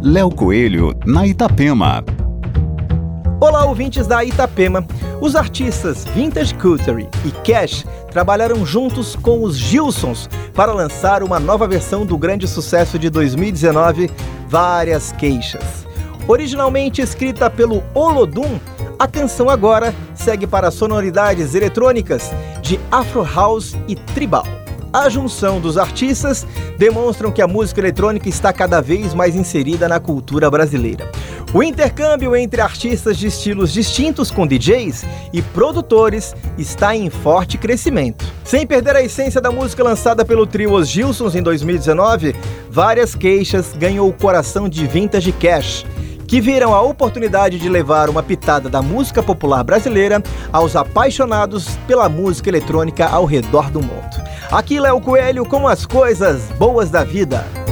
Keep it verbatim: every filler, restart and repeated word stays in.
Léo Coelho, na Itapema. Olá, ouvintes da Itapema. Os artistas Vintage Culture e Cash trabalharam juntos com os Gilsons para lançar uma nova versão do grande sucesso de dois mil e dezenove, Várias Queixas. Originalmente escrita pelo Olodum, a canção agora segue para sonoridades eletrônicas de Afro House e Tribal. A junção dos artistas demonstram que a música eletrônica está cada vez mais inserida na cultura brasileira. O intercâmbio entre artistas de estilos distintos com D Js e produtores está em forte crescimento. Sem perder a essência da música lançada pelo trio Os Gilsons em dois mil e dezenove, Várias Queixas ganhou o coração de Vintage Cash, que viram a oportunidade de levar uma pitada da música popular brasileira aos apaixonados pela música eletrônica ao redor do mundo. Aqui Léo Coelho com as coisas boas da vida.